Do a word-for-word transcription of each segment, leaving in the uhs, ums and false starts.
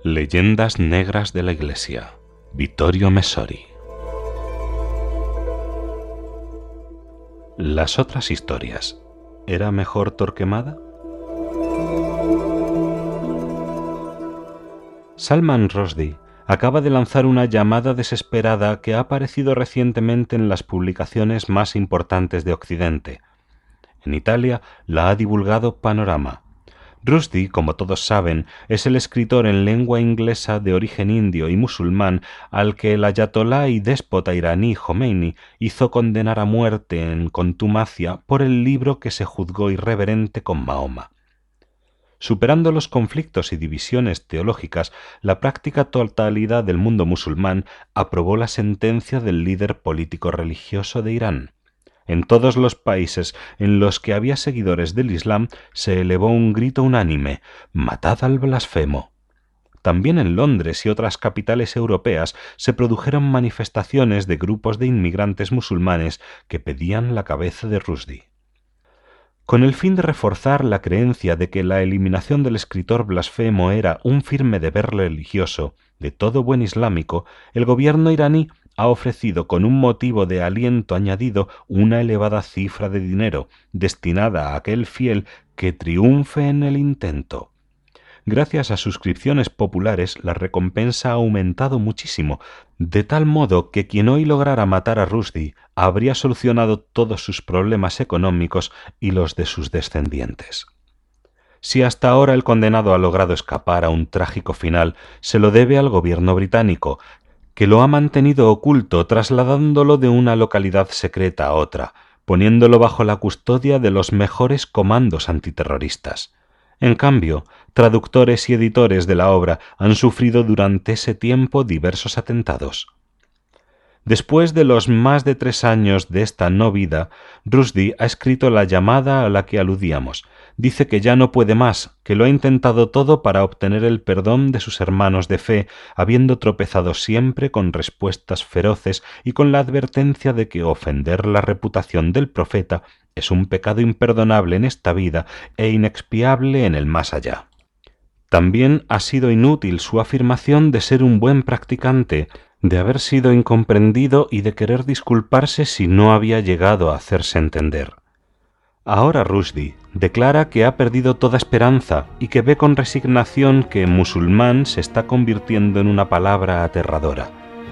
Leyendas negras de la Iglesia, Vittorio Messori. Las otras historias, ¿era mejor Torquemada? Salman Rushdie acaba de lanzar una llamada desesperada que ha aparecido recientemente en las publicaciones más importantes de Occidente. En Italia la ha divulgado Panorama. Rushdie, como todos saben, es el escritor en lengua inglesa de origen indio y musulmán al que el ayatolá y déspota iraní Jomeini hizo condenar a muerte en contumacia por el libro que se juzgó irreverente con Mahoma. Superando los conflictos y divisiones teológicas, la práctica totalidad del mundo musulmán aprobó la sentencia del líder político-religioso de Irán. En todos los países en los que había seguidores del Islam se elevó un grito unánime: «¡Matad al blasfemo!». También en Londres y otras capitales europeas se produjeron manifestaciones de grupos de inmigrantes musulmanes que pedían la cabeza de Rushdie. Con el fin de reforzar la creencia de que la eliminación del escritor blasfemo era un firme deber religioso de todo buen islámico, el gobierno iraní ha ofrecido con un motivo de aliento añadido una elevada cifra de dinero destinada a aquel fiel que triunfe en el intento. Gracias a suscripciones populares, la recompensa ha aumentado muchísimo, de tal modo que quien hoy lograra matar a Rushdie habría solucionado todos sus problemas económicos y los de sus descendientes. Si hasta ahora el condenado ha logrado escapar a un trágico final, se lo debe al gobierno británico, que lo ha mantenido oculto trasladándolo de una localidad secreta a otra, poniéndolo bajo la custodia de los mejores comandos antiterroristas. En cambio, traductores y editores de la obra han sufrido durante ese tiempo diversos atentados. Después de los más de tres años de esta no vida, Rushdie ha escrito la llamada a la que aludíamos. Dice que ya no puede más, que lo ha intentado todo para obtener el perdón de sus hermanos de fe, habiendo tropezado siempre con respuestas feroces y con la advertencia de que ofender la reputación del profeta es un pecado imperdonable en esta vida e inexpiable en el más allá. También ha sido inútil su afirmación de ser un buen practicante, de haber sido incomprendido y de querer disculparse si no había llegado a hacerse entender. Ahora Rushdie declara que ha perdido toda esperanza y que ve con resignación que musulmán se está convirtiendo en una palabra aterradora.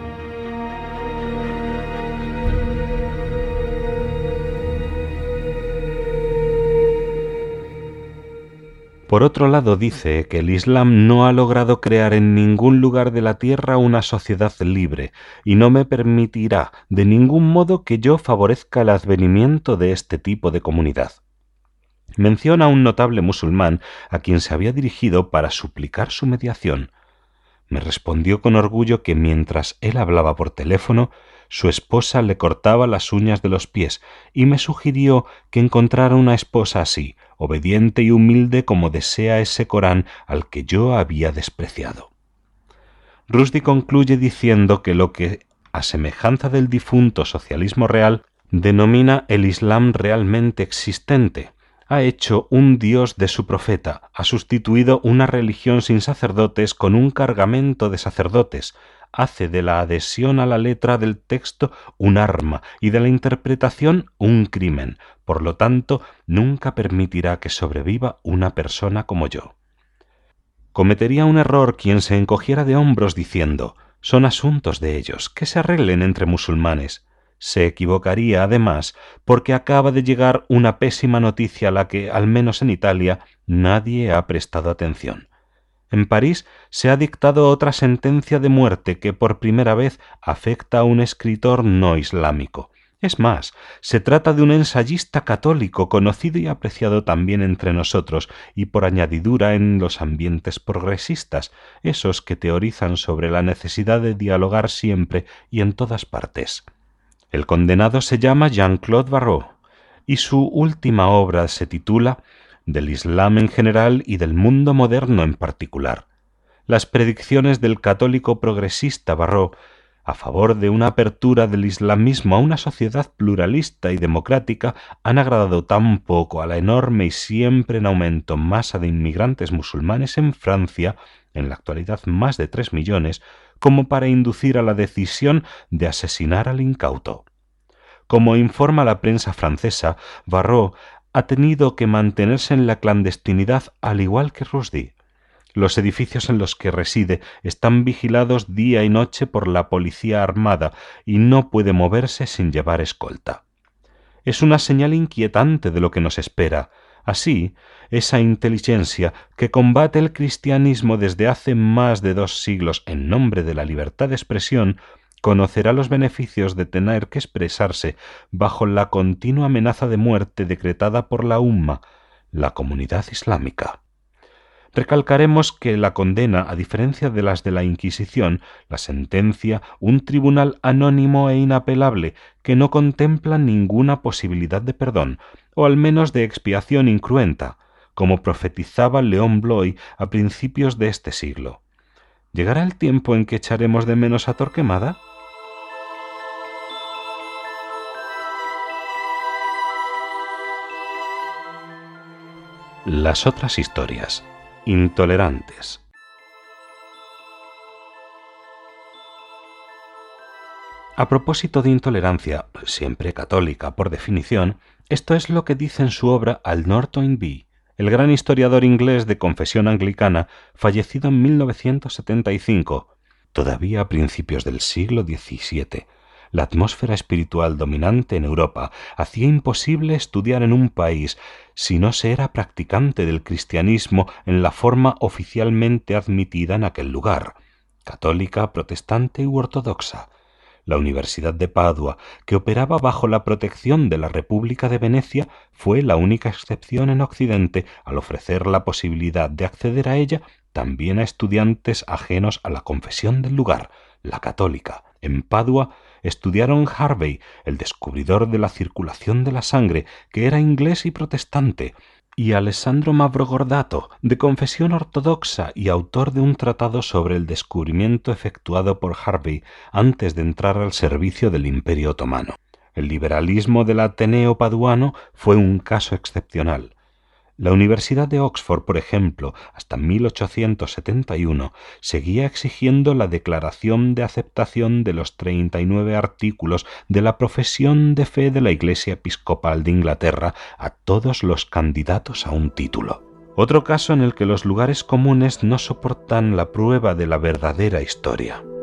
Por otro lado, dice que el Islam no ha logrado crear en ningún lugar de la tierra una sociedad libre y no me permitirá de ningún modo que yo favorezca el advenimiento de este tipo de comunidad. Menciona a un notable musulmán a quien se había dirigido para suplicar su mediación. Me respondió con orgullo que mientras él hablaba por teléfono, su esposa le cortaba las uñas de los pies y me sugirió que encontrara una esposa así, obediente y humilde como desea ese Corán al que yo había despreciado. Rushdie concluye diciendo que lo que, a semejanza del difunto socialismo real, denomina el Islam realmente existente, ha hecho un Dios de su profeta, ha sustituido una religión sin sacerdotes con un cargamento de sacerdotes, hace de la adhesión a la letra del texto un arma y de la interpretación un crimen, por lo tanto, nunca permitirá que sobreviva una persona como yo. Cometería un error quien se encogiera de hombros diciendo: son asuntos de ellos, que se arreglen entre musulmanes. Se equivocaría, además, porque acaba de llegar una pésima noticia a la que, al menos en Italia, nadie ha prestado atención. En París se ha dictado otra sentencia de muerte que por primera vez afecta a un escritor no islámico. Es más, se trata de un ensayista católico conocido y apreciado también entre nosotros y por añadidura en los ambientes progresistas, esos que teorizan sobre la necesidad de dialogar siempre y en todas partes. El condenado se llama Jean-Claude Barrot y su última obra se titula Del Islam en general y del mundo moderno en particular. Las predicciones del católico progresista Barrot a favor de una apertura del islamismo a una sociedad pluralista y democrática, han agradado tan poco a la enorme y siempre en aumento masa de inmigrantes musulmanes en Francia, en la actualidad más de tres millones, como para inducir a la decisión de asesinar al incauto. Como informa la prensa francesa, Barrot ha tenido que mantenerse en la clandestinidad al igual que Rushdie. Los edificios en los que reside están vigilados día y noche por la policía armada y no puede moverse sin llevar escolta. Es una señal inquietante de lo que nos espera. Así, esa inteligencia que combate el cristianismo desde hace más de dos siglos en nombre de la libertad de expresión, conocerá los beneficios de tener que expresarse bajo la continua amenaza de muerte decretada por la Umma, la comunidad islámica. Recalcaremos que la condena, a diferencia de las de la Inquisición, la sentencia un tribunal anónimo e inapelable que no contempla ninguna posibilidad de perdón, o al menos de expiación incruenta, como profetizaba León Bloy a principios de este siglo. ¿Llegará el tiempo en que echaremos de menos a Torquemada? Las otras historias. Intolerantes. A propósito de intolerancia, siempre católica por definición, esto es lo que dice en su obra Al Norton Bee, el gran historiador inglés de confesión anglicana, fallecido en mil novecientos setenta y cinco, todavía a principios del siglo diecisiete. La atmósfera espiritual dominante en Europa hacía imposible estudiar en un país si no se era practicante del cristianismo en la forma oficialmente admitida en aquel lugar, católica, protestante u ortodoxa. La Universidad de Padua, que operaba bajo la protección de la República de Venecia, fue la única excepción en Occidente al ofrecer la posibilidad de acceder a ella también a estudiantes ajenos a la confesión del lugar, la católica. En Padua estudiaron Harvey, el descubridor de la circulación de la sangre, que era inglés y protestante, y Alessandro Mavrogordato, de confesión ortodoxa y autor de un tratado sobre el descubrimiento efectuado por Harvey antes de entrar al servicio del Imperio Otomano. El liberalismo del Ateneo paduano fue un caso excepcional. La Universidad de Oxford, por ejemplo, hasta mil ochocientos setenta y uno, seguía exigiendo la declaración de aceptación de los treinta y nueve artículos de la profesión de fe de la Iglesia Episcopal de Inglaterra a todos los candidatos a un título. Otro caso en el que los lugares comunes no soportan la prueba de la verdadera historia.